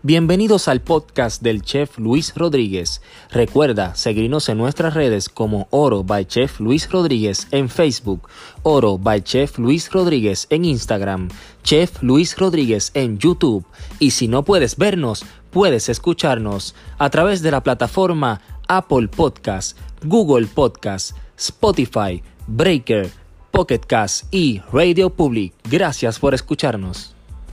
Bienvenidos al podcast del Chef Luis Rodríguez. Recuerda seguirnos en nuestras redes como Oro by Chef Luis Rodríguez en Facebook, Oro by Chef Luis Rodríguez en Instagram, Chef Luis Rodríguez en YouTube. Y si no puedes vernos, puedes escucharnos a través de la plataforma Apple Podcast, Google Podcast, Spotify, Breaker, Pocket Cast y Radio Public. Gracias por escucharnos.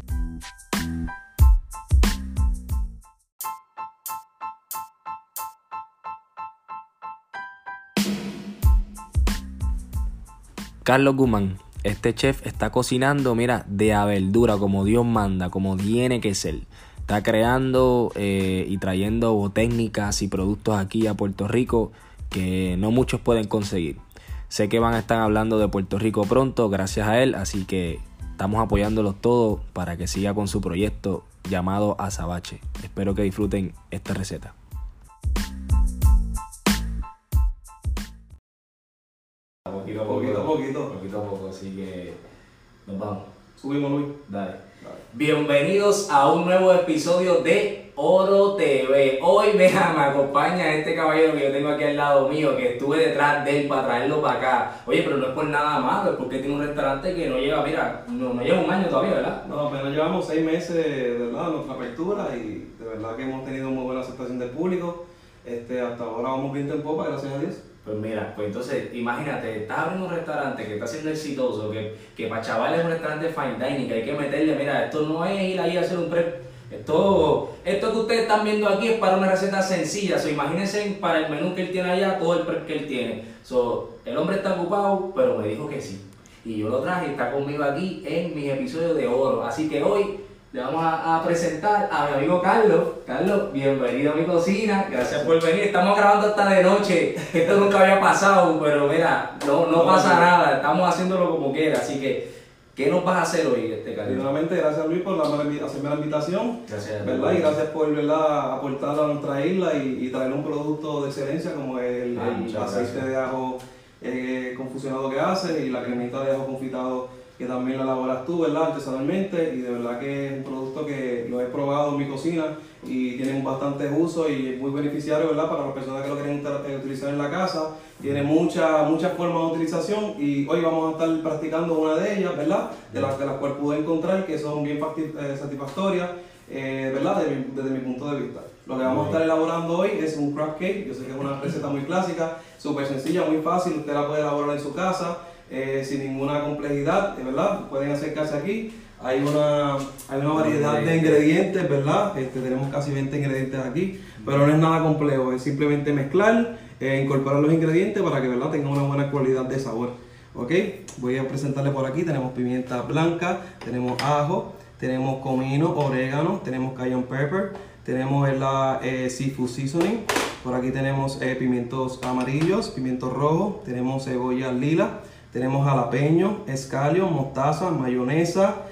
Carlos Guzmán, este chef está cocinando, mira, de a verdura, como Dios manda, como tiene que ser. Está creando y trayendo técnicas y productos aquí a Puerto Rico que no muchos pueden conseguir. Sé que van a estar hablando de Puerto Rico pronto, gracias a él, así que estamos apoyándolos todos para que siga con su proyecto llamado Azabache. Espero que disfruten esta receta. Poquito a poco, así que nos vamos. Subimos, Luis. Dale. Bienvenidos a un nuevo episodio de Oro TV. Hoy me acompaña este caballero que yo tengo aquí al lado mío, que estuve detrás de él para traerlo para acá. Oye, pero no es por nada más, es porque tiene un restaurante que no lleva, mira, no lleva un año todavía, ¿verdad? No, pero llevamos 6 meses, ¿verdad?, de nuestra apertura y de verdad que hemos tenido muy buena aceptación del público. Hasta ahora vamos viento en popa, gracias a Dios. Pues mira, pues entonces, imagínate, estás abriendo un restaurante que está siendo exitoso, que para chavales es un restaurante fine dining, que hay que meterle, mira, esto no es ir ahí a hacer un prep. Esto que ustedes están viendo aquí es para una receta sencilla. Imagínense para el menú que él tiene allá, todo el prep que él tiene. El hombre está ocupado, pero me dijo que sí. Y yo lo traje y está conmigo aquí en mis episodios de Oro. Así que hoy le vamos a presentar a mi amigo Carlos. Carlos, bienvenido a mi cocina. Gracias por venir. Estamos grabando hasta de noche. Esto nunca había pasado, pero mira, no pasa nada. Estamos haciéndolo como quiera. Así que, ¿qué nos vas a hacer hoy, Carlos? Nuevamente, gracias Luis por hacerme la invitación. Gracias. ¿Verdad? Y gracias por, ¿verdad?, aportar a nuestra isla y traer un producto de excelencia como el aceite de ajo confusionado que hace y la cremita de ajo confitado que también la elaboras tú, ¿verdad?, artesanalmente, y de verdad que es un producto que lo he probado en mi cocina y tiene bastantes usos y es muy beneficiario, ¿verdad?, para las personas que lo quieren utilizar en la casa. Tiene muchas formas de utilización y hoy vamos a estar practicando una de ellas, ¿verdad?, de las cuales pude encontrar que son bien satisfactorias, ¿verdad?, desde mi punto de vista. Lo que vamos a estar elaborando hoy es un crab cake. Yo sé que es una receta muy clásica, súper sencilla, muy fácil, usted la puede elaborar en su casa. Sin ninguna complejidad, ¿verdad? Pueden acercarse aquí. Hay una variedad de ingredientes, ¿verdad? Tenemos casi 20 ingredientes aquí, pero no es nada complejo, es simplemente mezclar, incorporar los ingredientes para que, ¿verdad?, tenga una buena cualidad de sabor. ¿Ok? Voy a presentarle por aquí. Tenemos pimienta blanca, tenemos ajo, tenemos comino, orégano, tenemos cayenne pepper, tenemos seafood seasoning. Por aquí tenemos pimientos amarillos, pimientos rojos, tenemos cebolla lila. Tenemos jalapeño, escalio, mostaza, mayonesa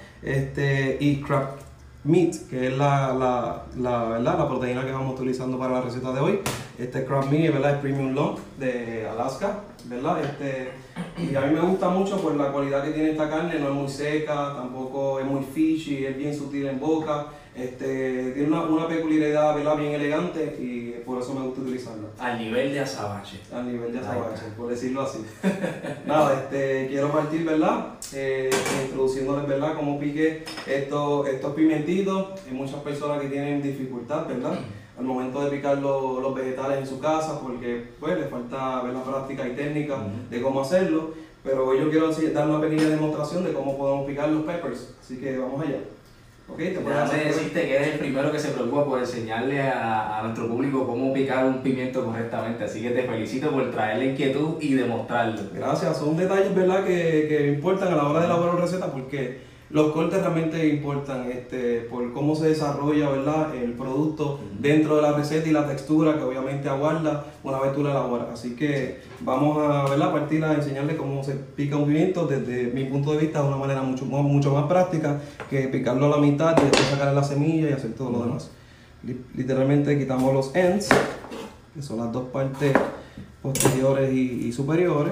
y crab meat, que es la proteína que vamos utilizando para la receta de hoy. Crab meat, ¿verdad?, es premium long de Alaska, ¿verdad? Y a mí me gusta mucho por la cualidad que tiene esta carne. No es muy seca, tampoco es muy fishy, es bien sutil en boca. Tiene una peculiaridad, ¿verdad?, bien elegante y por eso me gusta utilizarla. Al nivel de azabache. Al nivel de azabache, por decirlo así. Nada, quiero partir, ¿verdad?, introduciéndoles, ¿verdad?, cómo pique estos pimentitos. Hay muchas personas que tienen dificultad, ¿verdad?, al momento de picar los vegetales en su casa porque, pues, les falta ver la práctica y técnica de cómo hacerlo. Pero hoy yo quiero dar una pequeña demostración de cómo podemos picar los peppers. Así que vamos allá. Okay, déjame decirte que eres el primero que se preocupa por enseñarle a nuestro público cómo picar un pimiento correctamente, así que te felicito por traer la inquietud y demostrarlo. Gracias, son detalles, ¿verdad?, que importan a la hora de elaborar una receta porque los cortes realmente importan por cómo se desarrolla, ¿verdad?, el producto dentro de la receta y la textura que obviamente aguarda una vez tú la elaboras. Así que vamos a, ¿verdad?, partir a enseñarles cómo se pica un pimiento desde mi punto de vista de una manera mucho más práctica que picarlo a la mitad y después sacarle la semilla y hacer todo lo demás. Literalmente quitamos los ends, que son las dos partes posteriores y superiores,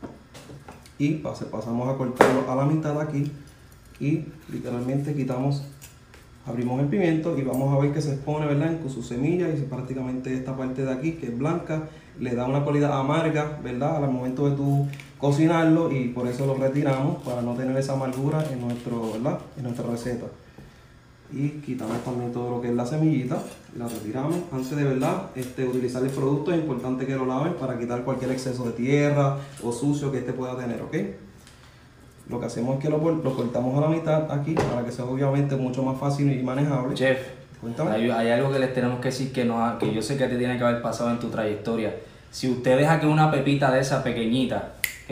y pasamos a cortarlo a la mitad aquí. Y literalmente quitamos Abrimos el pimiento y vamos a ver que se expone, ¿verdad? Con sus semillas y prácticamente esta parte de aquí que es blanca le da una cualidad amarga, ¿verdad? Al momento de tú cocinarlo y por eso lo retiramos para no tener esa amargura en ¿verdad? En nuestra receta. Y quitamos también todo lo que es la semillita, la retiramos. Antes de verdad utilizar el producto es importante que lo laven para quitar cualquier exceso de tierra o sucio que pueda tener, ¿ok? Lo que hacemos es que lo cortamos a la mitad aquí para que sea obviamente mucho más fácil y manejable. Chef, hay algo que les tenemos que decir que yo sé que a ti tiene que haber pasado en tu trayectoria. Si usted deja que una pepita de esa pequeñita,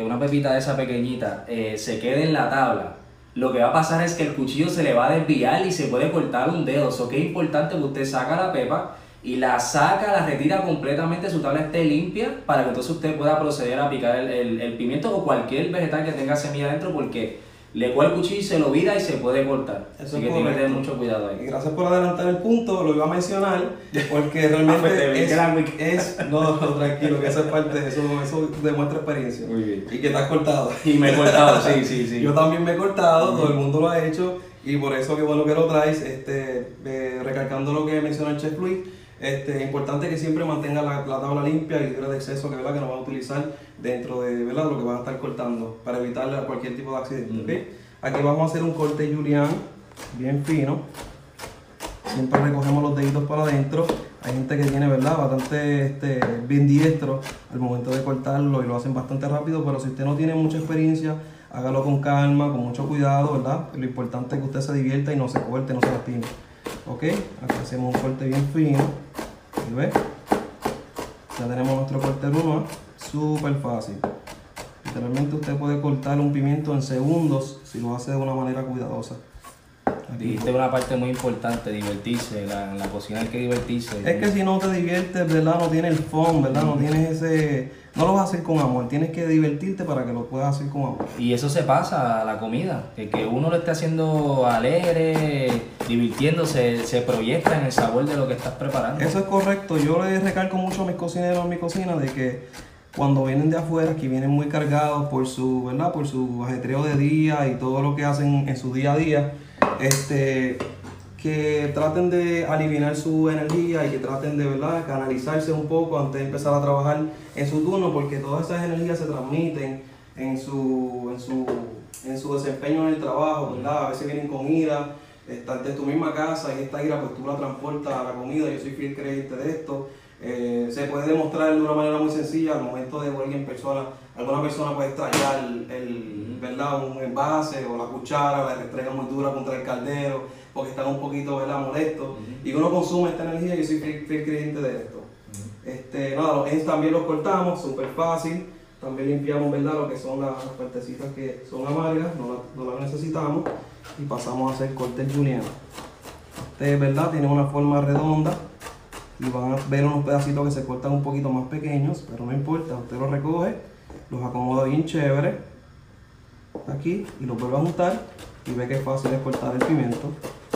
se quede en la tabla, lo que va a pasar es que el cuchillo se le va a desviar y se puede cortar un dedo. Eso que es importante que usted saca la pepa y la retira completamente, su tabla esté limpia para que entonces usted pueda proceder a picar el pimiento o cualquier vegetal que tenga semilla dentro, porque le coge el cuchillo y se lo vira y se puede cortar. Eso así que tiene que tener mucho cuidado ahí. Y gracias por adelantar el punto, lo iba a mencionar porque realmente no, tranquilo, que eso es parte de eso demuestra experiencia. Muy bien. Y que te has cortado. Y me he cortado, sí. Yo también me he cortado, todo el mundo lo ha hecho y por eso que bueno que lo traes, recalcando lo que menciona el Chef Luis. Es importante que siempre mantenga la tabla limpia y libre de exceso que no van a utilizar dentro de lo que van a estar cortando para evitar cualquier tipo de accidente. ¿Okay? Aquí vamos a hacer un corte julián bien fino. Siempre recogemos los deditos para adentro. Hay gente que tiene bastante bien diestro al momento de cortarlo y lo hacen bastante rápido, pero si usted no tiene mucha experiencia, hágalo con calma, con mucho cuidado, ¿verdad? Lo importante es que usted se divierta y no se corte, no se lastime. Ok, aquí hacemos un corte bien fino. ¿Y ves? Ya tenemos nuestro corte ruma, súper fácil. Literalmente usted puede cortar un pimiento en segundos si lo hace de una manera cuidadosa. Dijiste una parte muy importante, divertirse, en la cocina hay que divertirse. Es que si no te diviertes, ¿verdad? No tienes el fun, ¿verdad? No tienes no lo vas a hacer con amor, tienes que divertirte para que lo puedas hacer con amor. Y eso se pasa a la comida, que uno lo esté haciendo alegre, divirtiéndose, se proyecta en el sabor de lo que estás preparando. Eso es correcto, yo le recalco mucho a mis cocineros en mi cocina de que cuando vienen de afuera, que vienen muy cargados por su ajetreo de día y todo lo que hacen en su día a día, que traten de aliviar su energía y que traten de canalizarse un poco antes de empezar a trabajar en su turno, porque todas esas energías se transmiten en su desempeño en el trabajo, ¿verdad? A veces vienen con ira, estás de tu misma casa y esta ira pues tú la transportas a la comida. Yo soy fiel creyente de esto. Se puede demostrar de una manera muy sencilla al momento de alguna persona puede estrellar un envase o la cuchara, la restrega muy dura contra el caldero porque están un poquito molestos y uno consume esta energía. Yo soy fiel creyente de esto. Los ends también los cortamos, súper fácil. También limpiamos lo que son las partecitas que son amargas, no las necesitamos, y pasamos a hacer cortes julianos. Tiene una forma redonda y van a ver unos pedacitos que se cortan un poquito más pequeños, pero no importa, usted los recoge, los acomoda bien chévere aquí y los vuelve a juntar y ve que es fácil de cortar el pimiento.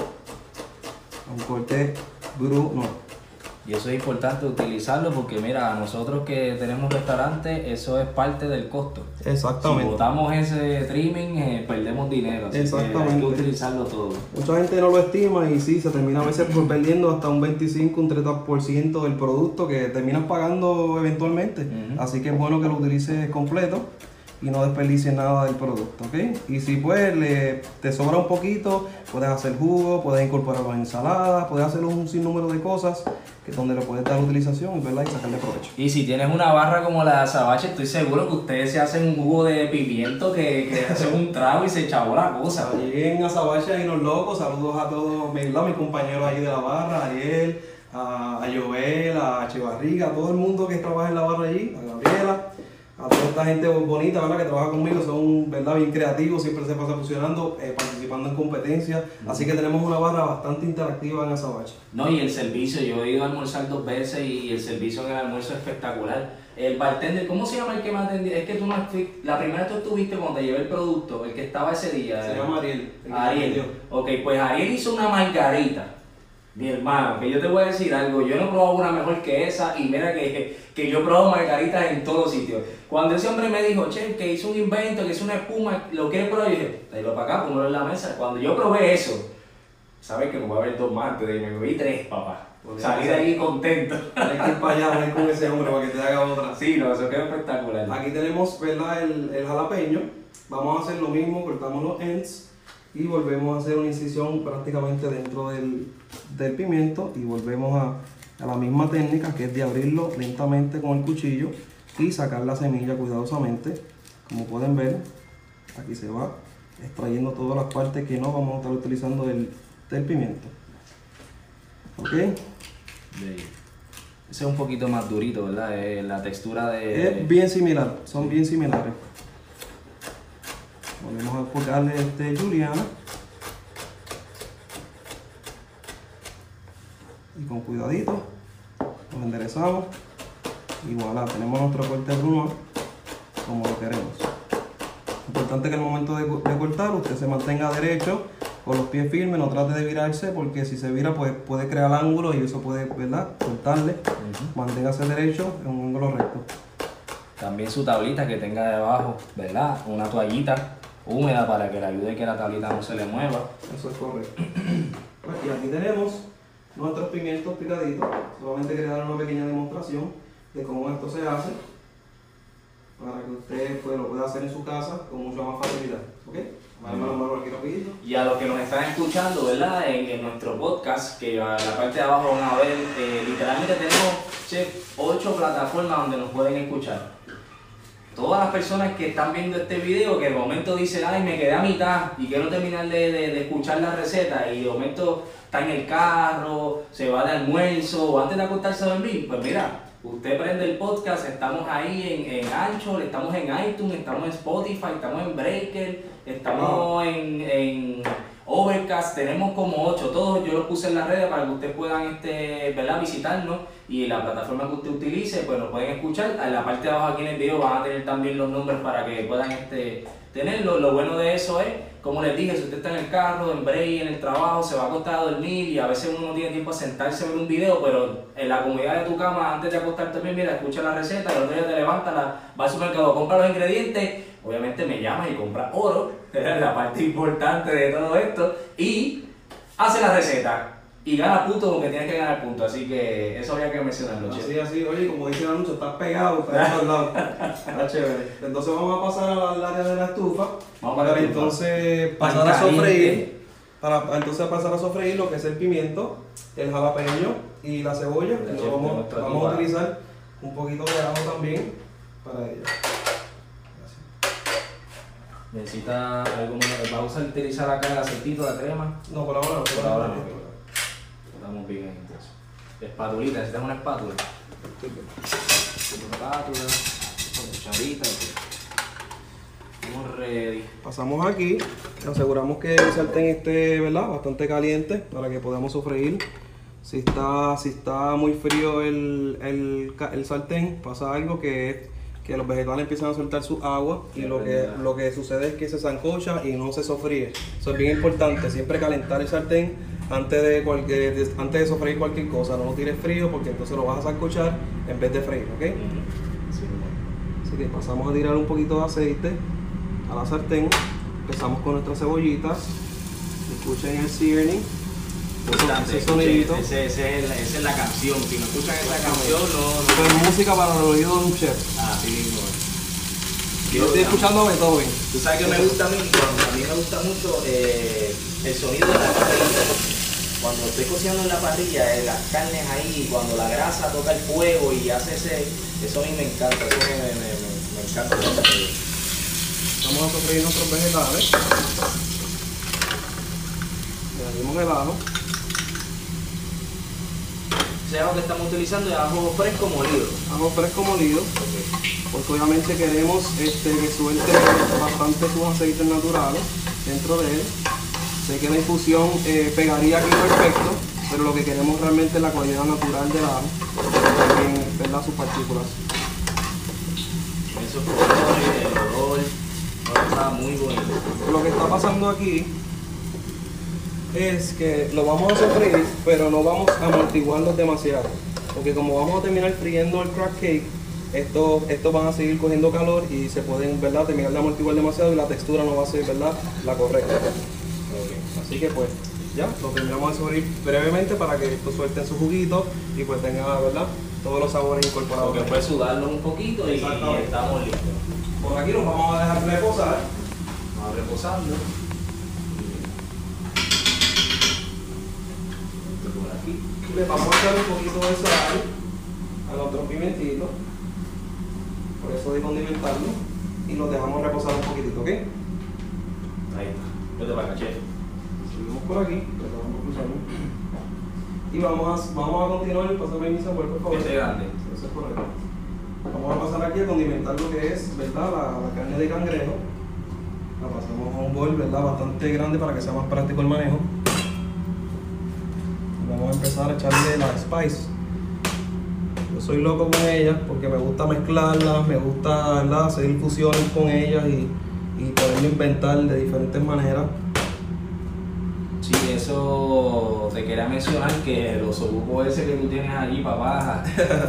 Un corte no. Y eso es importante utilizarlo porque mira, nosotros que tenemos restaurantes, eso es parte del costo. Exactamente. Si botamos ese trimming, perdemos dinero. Así exactamente. Que hay que utilizarlo todo. Mucha gente no lo estima y sí, se termina a veces perdiendo hasta un 25, un 30% del producto que terminas pagando eventualmente. Así que es bueno que lo utilices completo y no desperdicies nada del producto, ¿ok? Y si pues te sobra un poquito, puedes hacer jugo, puedes incorporarlo en ensaladas, puedes hacer un sinnúmero de cosas donde le puedes dar utilización, ¿verdad? Y sacarle provecho. Y si tienes una barra como la de Azabache, estoy seguro que ustedes se hacen un jugo de pimiento que hacen un trago y se chavó la cosa. Lleguen a Azabache y los locos, saludos a todos mis compañeros ahí de la barra, a Ariel, a Joel, a Chevarriga, a todo el mundo que trabaja en la barra allí, a Gabriela, a toda esta gente bonita, ¿verdad? Que trabaja conmigo, son, ¿verdad? Bien creativos, siempre se pasa funcionando, participando en competencias, así que tenemos una barra bastante interactiva en Azabache. No, y el servicio, yo he ido a almorzar 2 veces y el servicio en el almuerzo es espectacular. El bartender, ¿cómo se llama el que me atendió? Es que tú no fuiste, la primera vez tú estuviste cuando te llevé el producto, el que estaba ese día. Se llama Ariel. Ariel. Ok, pues Ariel hizo una margarita. Mi hermano, que yo te voy a decir algo, yo no he probado una mejor que esa y mira que yo he probado margaritas en todos sitios. Cuando ese hombre me dijo, che, que hizo un invento, que hizo una espuma, lo quiere probar, yo dije, tráelo para acá, ponlo en la mesa. Cuando yo probé eso, sabes que me voy a ver 2 más antes de me vi 3, papá. Salí de ahí contento. Tienes que ir para allá, ven con ese hombre para que te haga otra. Sí, no, eso quedó espectacular. Aquí tenemos, ¿verdad? El jalapeño. Vamos a hacer lo mismo, cortamos los ends y volvemos a hacer una incisión prácticamente dentro del pimiento y volvemos a la misma técnica, que es de abrirlo lentamente con el cuchillo y sacar la semilla cuidadosamente. Como pueden ver, aquí se va extrayendo todas las partes que no vamos a estar utilizando del pimiento. ¿Ok? Ese es un poquito más durito, ¿verdad? La textura de... Es bien similar, son bien similares. Volvemos a enfocarle juliana. Y con cuidadito, nos enderezamos. Y voilà, tenemos nuestro corte bruno como lo queremos. Importante que al momento de cortar usted se mantenga derecho, con los pies firmes, no trate de virarse, porque si se vira pues puede crear ángulos y eso puede, ¿verdad?, cortarle. Manténgase derecho en un ángulo recto. También su tablita que tenga debajo, ¿verdad?, una toallita húmeda para que le ayude que la tablita no se le mueva. Eso es correcto. Y aquí tenemos nuestros pimientos picaditos. Solamente quería dar una pequeña demostración de cómo esto se hace, para que usted pues, lo pueda hacer en su casa con mucha más facilidad. ¿Ok? Y a los que nos están escuchando, ¿verdad? En nuestro podcast, que a la parte de abajo van a ver, literalmente tenemos 8 plataformas donde nos pueden escuchar. Todas las personas que están viendo este video, que de momento dicen, ay, me quedé a mitad y quiero terminar de escuchar la receta, y de momento está en el carro, se va de almuerzo o antes de acostarse a dormir, pues mira, usted prende el podcast, estamos ahí en Anchor, estamos en iTunes, estamos en Spotify, estamos en Breaker, estamos en Overcast, tenemos como 8, todos yo los puse en las redes para que ustedes puedan ¿verdad?, visitarnos, y la plataforma que usted utilice pues nos pueden escuchar. En la parte de abajo aquí en el video van a tener también los nombres para que puedan tenerlo. Lo bueno de eso es, como les dije, si usted está en el carro, en break, en el trabajo, se va a acostar a dormir y a veces uno no tiene tiempo a sentarse a ver un video, pero en la comodidad de tu cama, antes de acostarte también, mira, escucha la receta, el otro día te levantas, va al supermercado, compra los ingredientes, obviamente me llamas y compra oro, que es la parte importante de todo esto, y hace la receta. Y gana puntos porque tienes que ganar puntos, así que eso había que mencionarlo. Así, oye, como dice Anucho, estás pegado, estás al lado. Está chévere. Entonces vamos a pasar al área de la estufa. Vamos para entonces pasar a sofreír. Entonces pasar a sofreír lo que es el pimiento, el jalapeño y la cebolla. Vamos a utilizar un poquito de ajo también para ello. Necesita algo más. ¿Va a utilizar acá el aceitito, la crema? No, por ahora no. Por ahora no. Estamos bien entonces. Espatulita, necesitas una espátula. Una espátula, una cucharita. Estamos ready. Pasamos aquí, aseguramos que el sartén esté, ¿verdad?, bastante caliente para que podamos sofreír. Si está muy frío el sartén, pasa algo que los vegetales empiezan a soltar su agua y lo que sucede es que se sancocha y no se sofríe. Eso es bien importante, siempre calentar el sartén antes de sofreír cualquier cosa. No lo tires frío porque entonces lo vas a sancochar en vez de freír, ¿ok? Así que pasamos a tirar un poquito de aceite a la sartén. Empezamos con nuestras cebollitas. Escuchen el searing. Ese sonidito. Esa es la canción. Si no escuchan esa canción, no. Es música para el oído de un chef. Así mismo. Yo estoy escuchando a Beethoven. Tú sabes que me gusta a mí me gusta mucho el sonido de la parrilla. Cuando estoy cocinando en la parrilla, las carnes ahí, cuando la grasa toca el fuego y hace eso a mí me encanta, eso me encanta. Vamos a sofreír nuestros vegetales. Le añadimos el ajo. Ese ajo que estamos utilizando es ajo fresco molido. Ajo fresco molido. Okay. Porque obviamente queremos que suelte bastante sus aceites naturales dentro de él. Sé que la infusión pegaría aquí perfecto, pero lo que queremos realmente es la cualidad natural del ajo, también, ¿verdad?, sus partículas. Esos colores, el olor, está muy bonito. Lo que está pasando aquí es que lo vamos a sofreír, pero no vamos a amortiguarlos demasiado, porque como vamos a terminar friendo el crack cake, estos van a seguir cogiendo calor y se pueden, ¿verdad?, terminar de amortiguar demasiado y la textura no va a ser, ¿verdad?, la correcta. Okay. Así que pues ya, lo terminamos de sofreír brevemente para que esto suelte su juguito y pues tenga, ¿verdad?, todos los sabores incorporados. Porque puede sudarlo un poquito y estamos listos. Por aquí los vamos a dejar reposar. Vamos reposando. Por aquí. Le vamos a echar un poquito de sal al otro pimentito, por eso de condimentarlo, y lo dejamos reposar un poquitito, ¿ok? Ahí está. Vete para acá, chef. Seguimos por aquí, tratamos de cruzarlo. Y vamos a continuar, pasame mi sabor, por favor. Este grande. Eso es correcto. Vamos a pasar aquí a condimentar lo que es, ¿verdad?, la carne de cangrejo. La pasamos a un bol, ¿verdad?, bastante grande para que sea más práctico el manejo. Vamos a empezar a echarle la spice. Yo soy loco con ellas porque me gusta mezclarlas, me gusta, ¿verdad?, hacer infusiones con ellas y poderlo inventar de diferentes maneras. Sí, eso te quería mencionar que el osobuco ese que tú tienes allí, papá,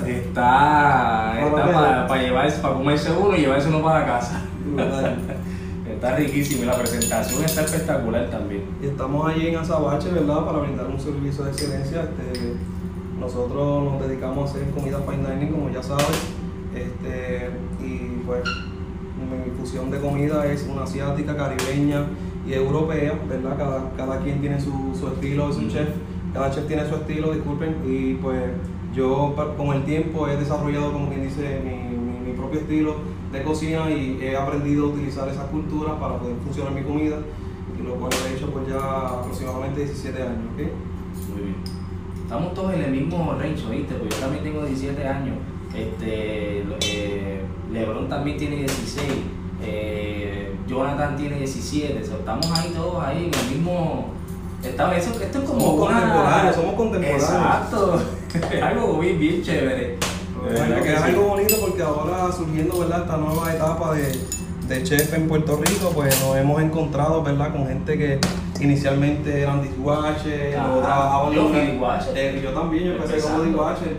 está para llevarse, para comerse uno y llevarse uno para la casa. Está riquísimo y la presentación está espectacular también. Y estamos allí en Azabache, ¿verdad?, para brindar un servicio de excelencia. Nosotros nos dedicamos a hacer comida fine dining, como ya sabes, y pues mi fusión de comida es una asiática, caribeña y europea, ¿verdad? Cada quien tiene su estilo, su chef, cada chef tiene su estilo, disculpen, y pues yo con el tiempo he desarrollado, como quien dice, mi propio estilo de cocina y he aprendido a utilizar esas culturas para poder funcionar mi comida, y lo cual he hecho pues ya aproximadamente 17 años, ¿ok? Muy bien. Estamos todos en el mismo range, ¿viste? Porque yo también tengo 17 años, Lebron también tiene 16, Jonathan tiene 17, estamos ahí todos ahí en el mismo... Esto es como somos contemporáneos. Exacto, es algo bien chévere. Es algo bonito porque ahora surgiendo, ¿verdad?, esta nueva etapa de chef en Puerto Rico, pues nos hemos encontrado, ¿verdad?, con gente que inicialmente eran dishwashers o trabajaban yo también, yo empecé como dishwasher,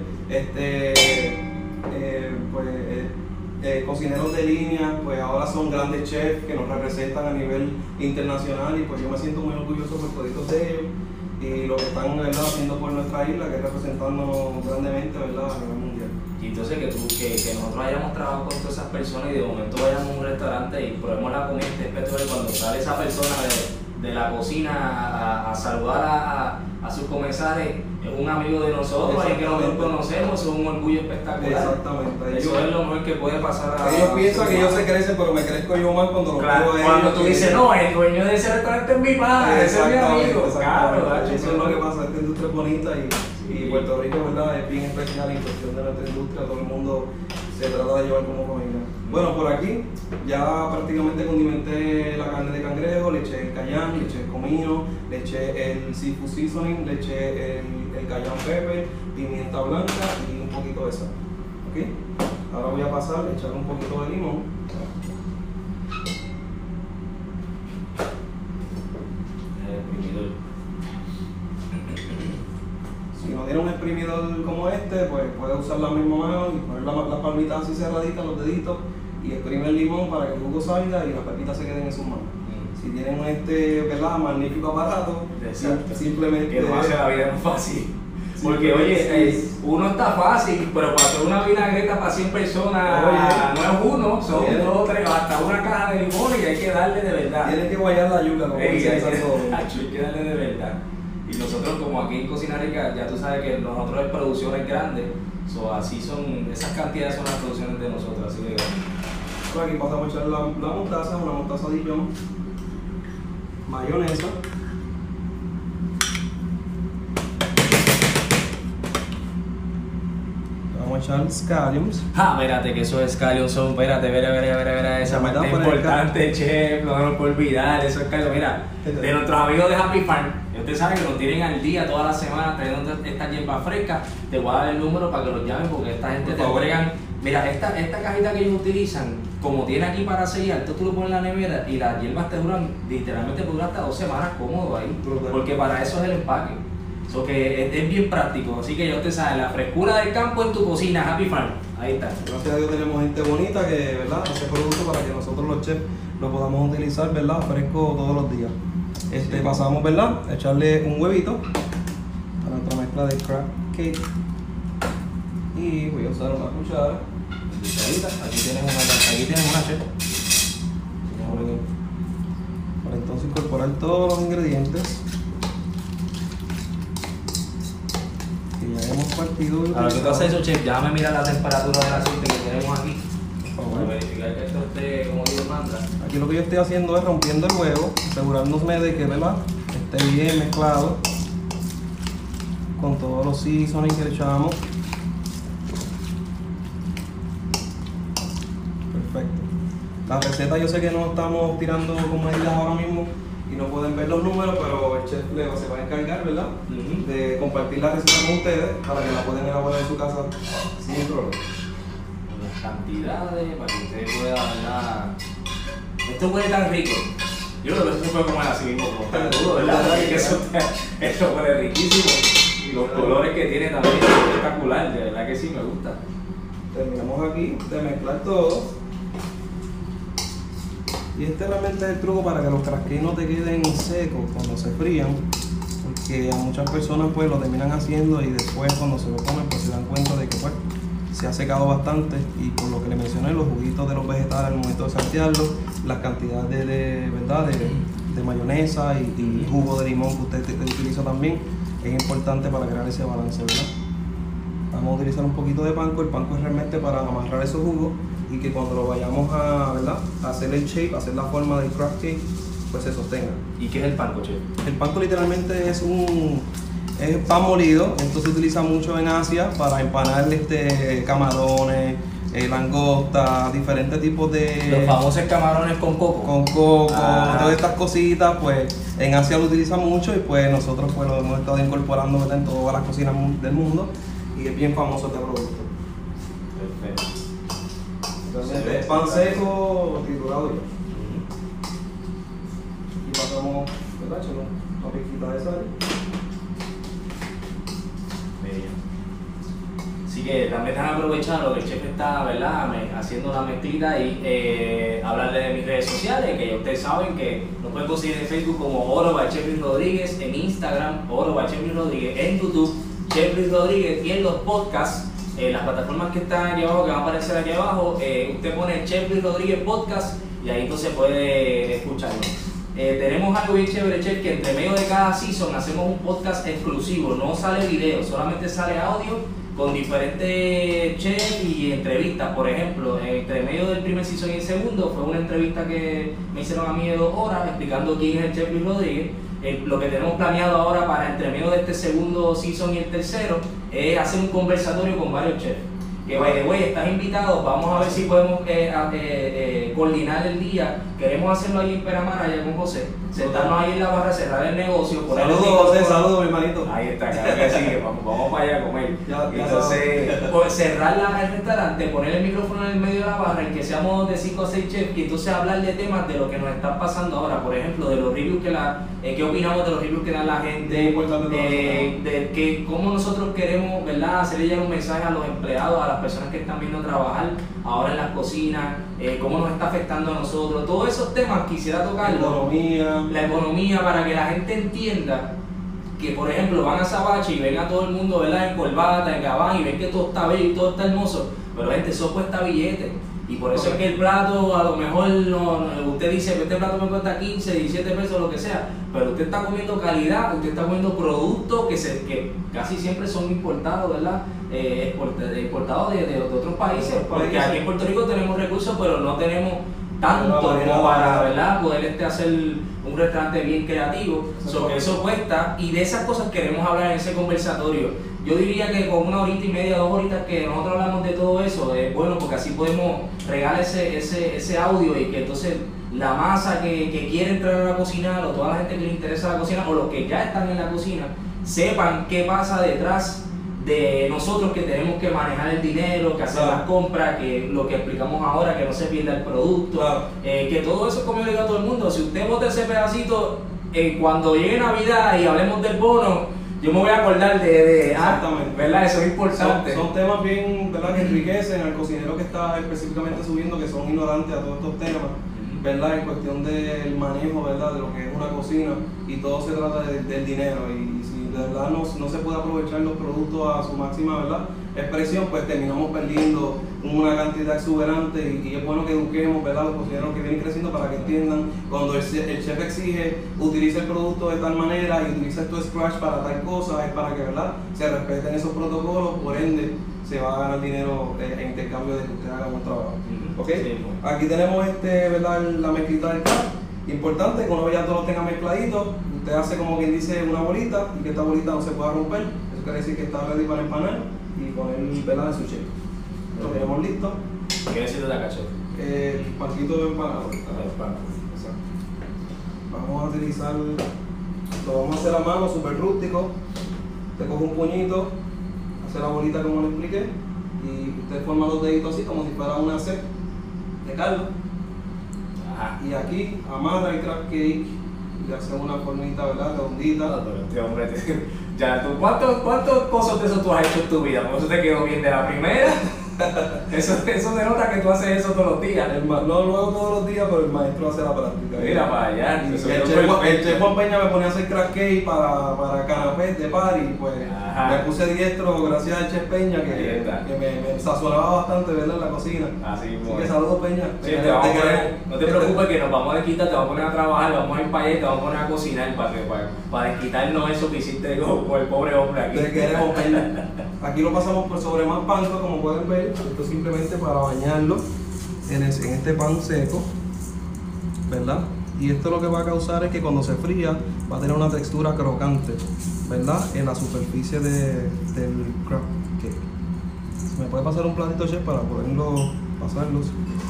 cocineros de línea, pues ahora son grandes chefs que nos representan a nivel internacional, y pues yo me siento muy orgulloso por todos de ellos y lo que están, ¿verdad?, haciendo por nuestra isla, que es representándonos grandemente, ¿verdad?, a nivel mundial. Y entonces que nosotros hayamos trabajado con todas esas personas y de momento vayamos a un restaurante y probemos la comida espectacular, cuando sale esa persona de la cocina a saludar a sus comensales, es un amigo de nosotros, y que nosotros conocemos, es un orgullo espectacular. Exactamente. Eso es lo mejor que puede pasar a... Ellos piensan que ellos se crecen, pero me crezco yo más cuando los veo a ellos. Cuando tú dices, no, el dueño de ese restaurante es mi padre, ese es mi amigo. Claro, eso es lo que pasa, esta industria es bonita y Puerto Rico, ¿verdad?, es bien especial en cuestión de nuestra industria, todo el mundo se trata de llevar como familia. Bueno, por aquí ya prácticamente condimenté la carne de cangrejo, le eché el cayán, le eché el comino, le eché el seafood seasoning, le eché el cayán pepper, pimienta blanca y un poquito de sal. ¿Ok? Ahora voy a pasar a echarle un poquito de limón. Si no tiene un exprimidor como este, pues puede usar la misma mano y poner las palmitas así cerraditas, los deditos, y exprime el limón para que el jugo salga y las pepitas se queden en sus manos. Si tienen ¿verdad?, magnífico aparato, simplemente... Que nos hace la vida más fácil. Porque oye, uno está fácil, pero para hacer una vinagreta para 100 personas no es uno, son 2 o 3, hasta una caja de limón, y hay que darle de verdad. Tienes que guayar la yuca, como dicen todos. Hay que darle de verdad. Y nosotros, como aquí en Cocina Rica, ya tú sabes que nosotros es producciones grandes, así son, esas cantidades son las producciones de nosotros, así de grandes. Por aquí pasamos a echar la mostaza, una mostaza Dijon, mayonesa, vamos a echar scallions. Espérate, que esos scallions son, espérate, esa parte importante, chef, no nos puedo olvidar, esos scallions, mira, de nuestros amigos de Happy Farm. Ustedes saben que nos tienen al día toda la semana trayendo estas hierbas frescas. Te voy a dar el número para que los llamen, porque esta gente te entregan. Mira, esta cajita que ellos utilizan, como tiene aquí para sellar, esto tú lo pones en la nevera y las hierbas te duran, literalmente duran hasta 2 semanas cómodo ahí. Porque para eso es el empaque. Eso que es bien práctico. Así que ya ustedes saben, la frescura del campo en tu cocina, Happy Farm. Ahí está. Gracias a Dios tenemos gente bonita que, ¿verdad?, hace producto para que nosotros los chefs lo podamos utilizar, ¿verdad?, fresco todos los días. Pasamos, ¿verdad? A echarle un huevito a nuestra mezcla de crab cake. Y voy a usar una cuchara. Aquí tienes una chef. Para entonces incorporar todos los ingredientes que ya hemos partido. A lo que tú haces eso, chef, ya me mira la temperatura del aceite que tenemos aquí. Para verificar que esto esté como Dios manda. Aquí lo que yo estoy haciendo es rompiendo el huevo, asegurándome de que, ¿verdad?, esté bien mezclado con todos los seasonings que le echamos. Perfecto. La receta yo sé que no estamos tirando con medidas ahora mismo y no pueden ver los números, pero el chef Leo se va a encargar, ¿verdad?, de compartir la receta con ustedes para que la puedan elaborar en su casa sin problema. Las cantidades, para que usted pueda, ¿verdad? Esto huele tan rico. Yo creo que esto se puede comer así mismo, como tan duro, ¿verdad? Porque esto huele riquísimo. Y los colores que tiene también es espectacular, de verdad que sí me gusta. Terminamos aquí de mezclar todo. Y este realmente es el truco para que los crackers no te queden secos cuando se frían, porque a muchas personas pues lo terminan haciendo y después cuando se lo comen pues se dan cuenta de que pues se ha secado bastante, y por lo que le mencioné, los juguitos de los vegetales al momento de saltearlos, las cantidades de mayonesa y jugo de limón que usted utiliza también es importante para crear ese balance, ¿verdad? Vamos a utilizar un poquito de panko. El panko es realmente para amarrar esos jugos y que cuando lo vayamos a, ¿verdad?, a hacer el shape, a hacer la forma del crab cake, pues se sostenga. ¿Y qué es el panko, chef? El panko literalmente es pan molido. Esto se utiliza mucho en Asia para empanar camarones, langosta, diferentes tipos de... Los famosos camarones con coco. Con coco, todas estas cositas, pues en Asia lo utilizan mucho y pues nosotros pues lo hemos estado incorporando, ¿verdad?, en todas las cocinas del mundo, y es bien famoso este producto. Perfecto. Realmente es pan seco triturado ya. Y pasamos, ¿verdad?, una pizquita de sal. Así que también están aprovechando que el chef está, ¿verdad?, haciendo la mezclita y hablarle de mis redes sociales, que ya ustedes saben que nos pueden conseguir en Facebook como Oro by Chef Luis Rodríguez, en Instagram Oro by Chef Luis Rodríguez, en YouTube Chef Luis Rodríguez, y en los podcasts, las plataformas que están aquí abajo, que van a aparecer aquí abajo, usted pone Chef Luis Rodríguez Podcast y ahí entonces puede escucharlo. Tenemos algo bien chévere, chef, que entre medio de cada season hacemos un podcast exclusivo, no sale video, solamente sale audio con diferentes chefs y entrevistas. Por ejemplo, entre medio del primer season y el segundo fue una entrevista que me hicieron a mí de 2 horas explicando quién es el chef Luis Rodríguez. Lo que tenemos planeado ahora para entre medio de este segundo season y el tercero es hacer un conversatorio con varios chefs. Que by the way, estás invitado, vamos a ver si podemos coordinar el día. Queremos hacerlo ahí en Peramar, allá con José, sentarnos ahí en la barra, cerrar el negocio. Saludos, José, saludos, mi hermanito. Ahí está, claro que sí, que vamos para allá a comer. Entonces, pues, cerrar el restaurante, poner el micrófono en el medio de la barra y que seamos de 5 a 6 chefs, y entonces hablar de temas de lo que nos están pasando ahora. Por ejemplo, de los reviews qué opinamos de los reviews que da la gente, de que cómo nosotros queremos, ¿verdad?, hacerle llegar un mensaje a los empleados, a las personas que están viendo trabajar ahora en las cocinas, cómo nos está afectando a nosotros. Todos esos temas quisiera tocarlos. La economía, para que la gente entienda que, por ejemplo, van a Sabache y ven a todo el mundo, ¿verdad?, en corbata, en gabán, y ven que todo está bello y todo está hermoso, pero gente, eso cuesta billete. Y por eso es que el plato, a lo mejor usted dice que este plato me cuesta 15, 17 pesos, lo que sea, pero usted está comiendo calidad, usted está comiendo productos que casi siempre son importados, ¿verdad? Exportados de otros países, porque aquí en Puerto Rico tenemos recursos, pero no tenemos tanto como para, ¿verdad?, poder hacer un restaurante bien creativo. Que eso cuesta, y de esas cosas queremos hablar en ese conversatorio. Yo diría que con 1 horita y media, 2 horitas que nosotros hablamos de todo eso, es bueno, porque así podemos regalar ese audio, y que entonces la masa que quiere entrar a la cocina, o toda la gente que le interesa la cocina, o los que ya están en la cocina, sepan qué pasa detrás de nosotros, que tenemos que manejar el dinero, que hacer las compras, que lo que explicamos ahora, que no se pierda el producto, que todo eso es como yo digo a todo el mundo. Si usted bota ese pedacito, cuando llegue Navidad y hablemos del bono, yo me voy a acordar exactamente, ¿verdad? Eso es importante. Son temas bien, ¿verdad?, que enriquecen al cocinero que está específicamente subiendo, que son ignorantes a todos estos temas. ¿verdad? En cuestión del manejo, ¿verdad? De lo que es una cocina, y todo se trata del dinero, y si de verdad no se puede aprovechar los productos a su máxima, ¿verdad?, expresión, pues terminamos perdiendo una cantidad exuberante, y es bueno que eduquemos, ¿verdad?, los cocineros que vienen creciendo para que entiendan cuando el chef exige utiliza el producto de tal manera y utiliza tu scratch para tal cosa, es para que, ¿verdad?, se respeten esos protocolos, por ende se va a ganar dinero en intercambio de que usted haga un trabajo. ¿Ok? Sí, Aquí tenemos ¿verdad?, la mezclita del crack. Importante que una vez ya todos los tenga mezcladitos, usted hace como quien dice una bolita, y que esta bolita no se pueda romper. Eso quiere decir que está ready para empanar y poner, ¿verdad?, en su chef. Lo tenemos listo. ¿Qué necesito de acá, chef? El panquito de empanado. Exacto. Vamos a utilizar, lo vamos a hacer a mano, súper rústico. Te coge un puñito, hace la bolita como le expliqué, y usted forma los deditos así como si fuera una C de caldo. Ajá. Y aquí amarra el crab cake y hace una formita, ¿verdad?, redondita. No, pero este hombre, ya, ¿cuántos cosas de eso tú has hecho en tu vida? Por eso te quedó bien de la primera. Eso se nota que tú haces eso todos los días. No lo hago todos los días, pero el maestro hace la práctica. Mira para allá. Y el chef Juan Peña me ponía a hacer crack cake para canapés de party, pues Ajá. me puse diestro gracias al chef Peña que me sazonaba bastante, ¿verdad?, en la cocina. Así que saludos, Peña. Sí, no te preocupes que nos vamos a desquitar, te vamos a poner a trabajar, vamos a ir para allá y te vamos a poner a cocinar para desquitarnos eso que hiciste con el pobre hombre aquí. Te queremos, Peña. Aquí lo pasamos por sobre más panko, como pueden ver. Esto es simplemente para bañarlo en este pan seco, ¿verdad? Y esto lo que va a causar es que cuando se fría va a tener una textura crocante, ¿verdad?, en la superficie del crab cake. ¿Me puede pasar un platito, chef, para poderlo pasarlos?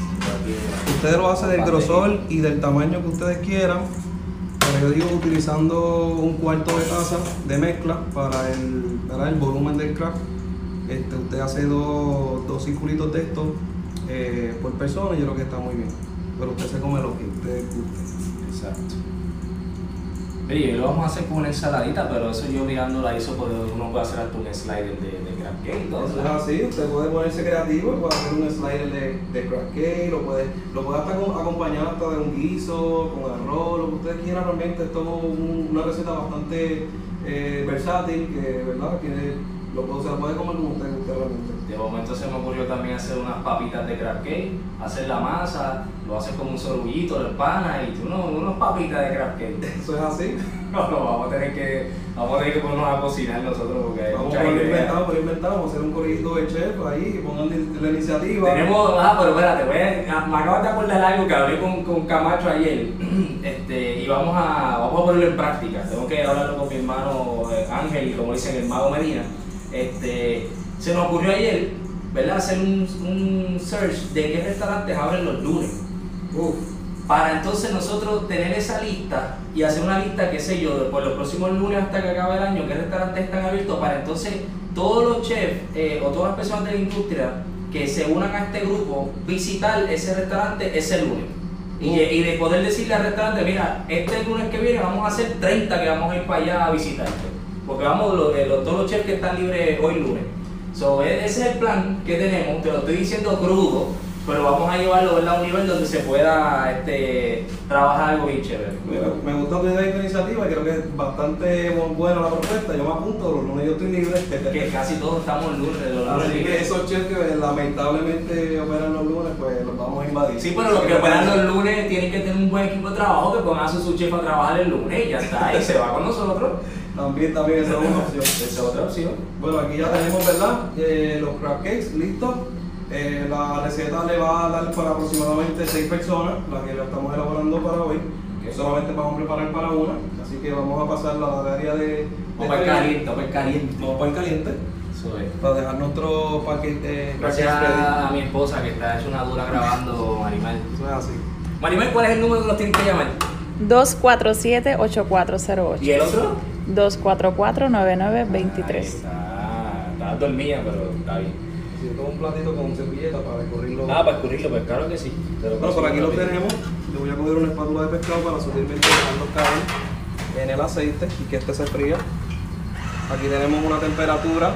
Ustedes lo hacen del grosor y del tamaño que ustedes quieran, pero yo digo utilizando un cuarto de taza de mezcla para el volumen del crab. Usted hace dos circulitos de estos por persona, y yo creo que está muy bien. Pero usted se come lo que usted guste. Exacto. Oye, lo vamos a hacer con una ensaladita, pero eso yo mirándola hizo, porque uno puede hacer hasta un slider de crab cake. Eso es así, usted puede ponerse creativo y puede hacer un slider de crab cake, lo puede hasta acompañar hasta de un guiso, con arroz, lo que usted quiera. Realmente es todo una receta bastante versátil, que, ¿verdad?, se la puede comer como usted guste realmente. De momento se me ocurrió también hacer unas papitas de crab cake, hacer la masa, lo haces como un sorbillito, lo empanas y unos papitas de crab cake. Eso es así. No, vamos a tener que ponernos a cocinar nosotros porque hay Vamos mucha a idea. inventar, vamos a hacer un corridito de chef ahí, pongan la iniciativa. Pero espérate, me acabas de acordar algo que hablé con Camacho ayer y vamos a ponerlo en práctica. Tengo que hablarlo con mi hermano Ángel y, como dicen, el mago Medina. Se nos ocurrió ayer, ¿verdad?, hacer un search de qué restaurantes abren los lunes. Para entonces nosotros tener esa lista y hacer una lista, qué sé yo, por los próximos lunes hasta que acabe el año, qué restaurantes están abiertos, para entonces todos los chefs o todas las personas de la industria que se unan a este grupo, visitar ese restaurante ese lunes. Y de poder decirle al restaurante, mira, este lunes que viene vamos a hacer 30 que vamos a ir para allá a visitarte. Porque vamos, todos los chefs que están libres hoy lunes. Ese es el plan que tenemos, te lo estoy diciendo crudo, pero vamos a llevarlo, ¿verdad?, a un nivel donde se pueda trabajar algo bien chévere. Me gusta tu idea de iniciativa y creo que es bastante buena la propuesta. Yo me apunto, los lunes yo estoy libre. Que casi todos estamos lunes. Así que esos chefs que lamentablemente operan los lunes, pues los vamos a invadir. Sí, pero los que operan los lunes tienen que tener un buen equipo de trabajo que pongan a su chef a trabajar el lunes y ya está, y se va con nosotros. También esa es una opción. Esa es otra opción. Bueno, aquí ya tenemos, ¿verdad?, los crab cakes listos. La receta le va a dar para aproximadamente 6 personas, la que la estamos elaborando para hoy. Okay. Solamente vamos a preparar para una, así que vamos a pasarla a la área de... Vamos para el caliente, vamos para el caliente. Eso es. Para dejar nuestro paquete. Gracias a mi esposa que está hecho una dura grabando, Marimar. Eso es así. Marimar, ¿cuál es el número que nos tienen que llamar? 247-8408. ¿Y el otro? 244-9923. Está dormida, pero está bien. Si yo tomo un platito con servilleta para escurrirlo. Para escurrirlo, pues claro que sí. Bueno, por aquí lo tenemos. Le voy a coger una espátula de pescado para sutilmente dejarlo caer en el aceite y que este se fría. Aquí tenemos una temperatura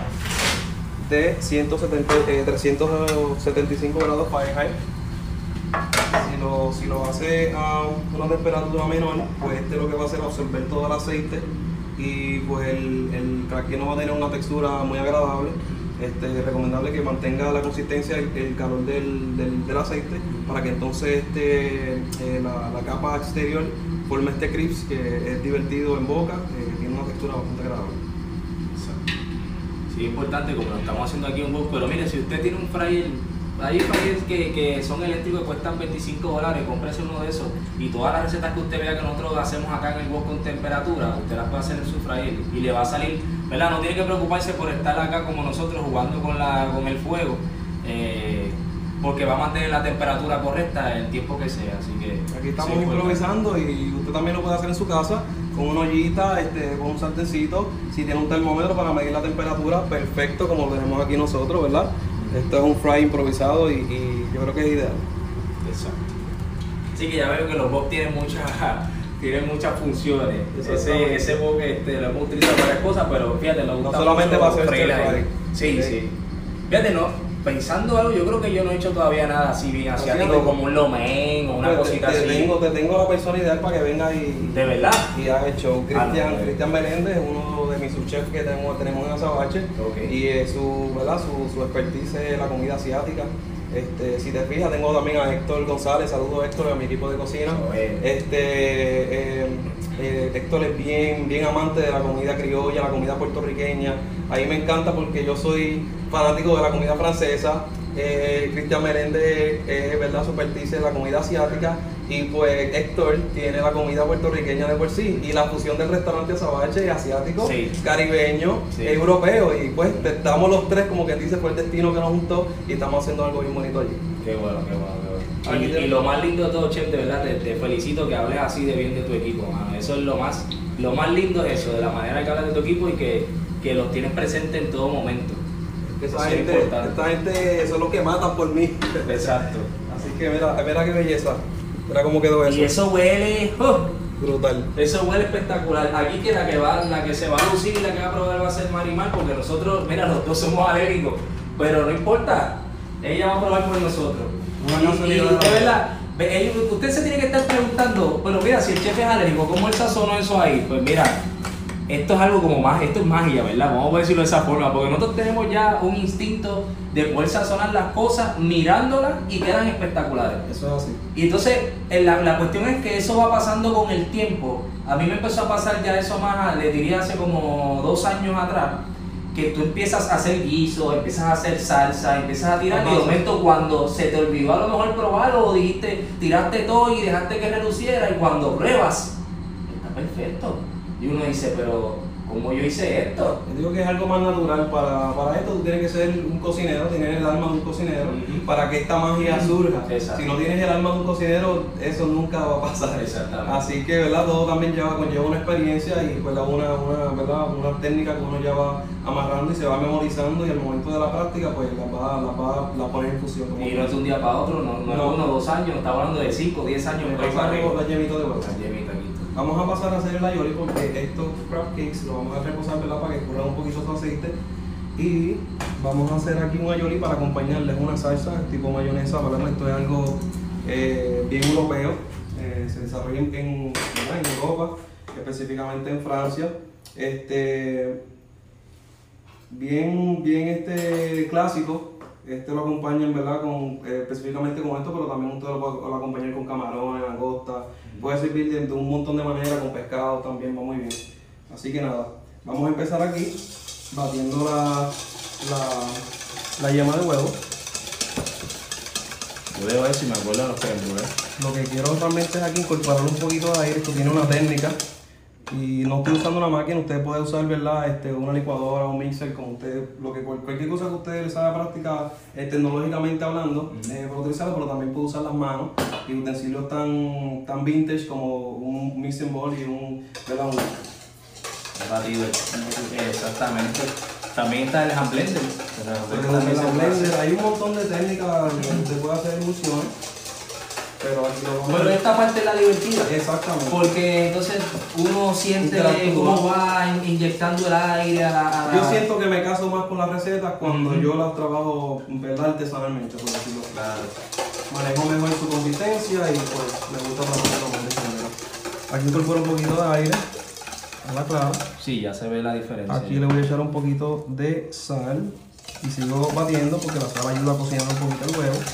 de 375 grados Fahrenheit. Si si lo hace a una temperatura menor, pues este lo que va a hacer es absorber todo el aceite y pues el craqueo no va a tener una textura muy agradable. Recomendable que mantenga la consistencia y el calor del aceite para que entonces la capa exterior forme este crisp que es divertido en boca, tiene una textura bastante agradable. Sí, es importante como lo estamos haciendo aquí un poco, pero mire, si usted tiene un fryer, hay fryers que son eléctricos que cuestan $25, cómprese uno de esos y todas las recetas que usted vea que nosotros hacemos acá en el wok con temperatura, usted las puede hacer en su fryer y le va a salir, ¿verdad? No tiene que preocuparse por estar acá como nosotros jugando con el fuego, porque va a mantener la temperatura correcta el tiempo que sea, así que... Aquí estamos improvisando y usted también lo puede hacer en su casa con una ollita, con un sartencito, si tiene un termómetro para medir la temperatura, perfecto como lo tenemos aquí nosotros, ¿verdad? Esto es un fry improvisado y yo creo que es ideal. Exacto. Así que ya veo que los wok tienen muchas funciones. Ese wok lo hemos utilizado para varias cosas, pero fíjate, lo gusta no solamente para hacer fry. Sí. Fíjate, pensando algo, yo creo que yo no he hecho todavía nada así bien asiático como un lo mein o una cosita así. Te tengo la persona ideal para que venga y... ¿De verdad? Y haga el show. Cristian Meléndez es uno de mis subchefs que tenemos en Azabache. Y su expertise es la comida asiática. Si te fijas, tengo también a Héctor González, saludos Héctor, a mi equipo de cocina. Héctor es bien amante de la comida criolla, la comida puertorriqueña. A mí me encanta porque yo soy fanático de la comida francesa. Cristian Meléndez es su expertise en la comida asiática y pues Héctor tiene la comida puertorriqueña de por sí y la fusión del restaurante Azabache asiático, caribeño, europeo y pues estamos los tres como que dice fue el destino que nos juntó y estamos haciendo algo bien bonito allí. Qué bueno. Y lo más lindo de todo, chef, de verdad, te felicito que hables así de bien de tu equipo, mano. Eso es lo más lindo es eso, de la manera que hablas de tu equipo y que los tienes presentes en todo momento. Esta gente, eso es lo que matan por mí. Exacto. Así que mira qué belleza. Mira cómo quedó eso. Y eso huele brutal. Eso huele espectacular. Aquí que la que se va a lucir y la que va a probar va a ser Marimar, porque nosotros, mira, los dos somos alérgicos. Pero no importa, ella va a probar por nosotros. Y de verdad, usted se tiene que estar preguntando, bueno, mira, si el chef es alérgico, ¿cómo él sazonó eso ahí? Pues mira, esto es algo como más, esto es magia, ¿verdad? Vamos a decirlo de esa forma, porque nosotros tenemos ya un instinto de poder sazonar las cosas mirándolas y quedan espectaculares. Eso es así. Y entonces, la cuestión es que eso va pasando con el tiempo. A mí me empezó a pasar ya eso más, le diría hace como 2 años atrás, que tú empiezas a hacer guiso, empiezas a hacer salsa, empiezas a tirar y de momento cuando se te olvidó a lo mejor probarlo o dijiste, tiraste todo y dejaste que reluciera y cuando pruebas, está perfecto. Y uno dice, pero ¿cómo yo hice esto? Yo digo que es algo más natural. Para esto tú tienes que ser un cocinero, tener el alma de un cocinero para que esta magia surja. Exacto. Si no tienes el alma de un cocinero, eso nunca va a pasar. Exactamente. Así que todo también conlleva una experiencia y pues, una técnica que uno ya va amarrando y se va memorizando y al momento de la práctica pues la pones en fusión. Y no es de un día para otro, no 1 o 2 años, está hablando de 5 10 años. La yemita de huevo. Aquí. Vamos a pasar a hacer el aioli porque estos crab cakes lo vamos a reposar, ¿verdad? Para que escurran un poquito su aceite. Y vamos a hacer aquí un aioli para acompañarles una salsa tipo mayonesa, ¿verdad? Esto es algo bien europeo, se desarrolla en Europa, específicamente en Francia. Bien clásico. Lo acompañan, ¿verdad? Específicamente con esto, pero también usted lo acompañan con camarones, langosta. Puede servir de un montón de maneras, con pescado también va muy bien. Así que nada, vamos a empezar aquí batiendo la yema de huevo. Yo debo ver si me acuerdo de los cremores. Lo que quiero realmente es aquí incorporar un poquito de aire. Esto tiene una técnica. Y no estoy usando una máquina, usted puede usar, ¿verdad? Una licuadora, un mixer, como usted, cualquier cosa que usted les haga practicar tecnológicamente hablando, puede utilizarlo, pero también puede usar las manos y utensilios tan vintage como un mixing bowl y un batido. Exactamente. También está el hand blender. Hay un montón de técnicas donde usted puede hacer emulsiones. Pero aquí lo vamos Pero esta parte es la divertida. Exactamente. Porque entonces uno siente cómo va inyectando el aire a la... Yo siento que me caso más con las recetas cuando yo las trabajo, ¿verdad? Artesanalmente, por decirlo. Claro. Manejo mejor su consistencia y pues me gusta trabajarlo de esta manera. Aquí incorporo un poquito de aire a la clara. Sí, ya se ve la diferencia. Aquí le voy a echar un poquito de sal y sigo batiendo porque la sal ayuda a cocinar un poquito el huevo.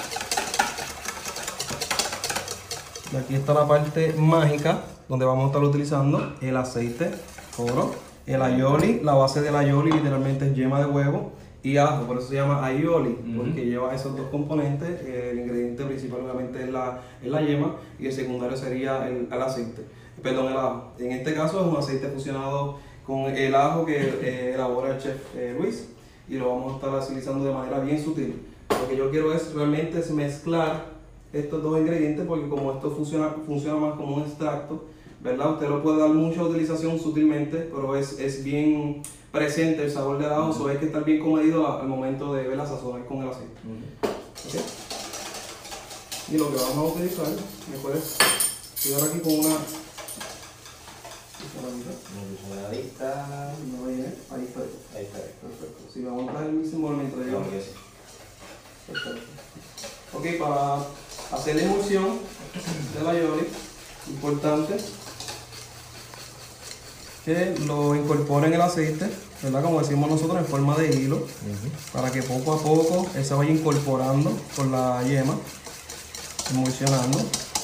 Y aquí está la parte mágica donde vamos a estar utilizando el aceite oro, el aioli. La base del aioli literalmente es yema de huevo y ajo, por eso se llama aioli, porque lleva esos dos componentes. El ingrediente principal obviamente es la yema y el secundario sería el aceite, perdón, el ajo. En este caso es un aceite fusionado con el ajo que elabora el chef Luis, y lo vamos a estar utilizando de manera bien sutil. Lo que yo quiero es realmente mezclar estos dos ingredientes, porque como esto funciona más como un extracto, ¿verdad? Usted lo puede dar mucha utilización sutilmente, pero es bien presente el sabor del ajo, so hay que estar bien comedido al momento de ver la sazonar con el aceite. ¿Okay? Y lo que vamos a utilizar, me puedes cuidar aquí con una cucharadita. No viene, ahí está. Perfecto. Si vamos a traer el mismo movimiento de perfecto. Ok, para hacer la emulsión de la aioli, importante que lo incorporen en el aceite, ¿verdad? Como decimos nosotros, en forma de hilo, para que poco a poco él se vaya incorporando con la yema, emulsionando,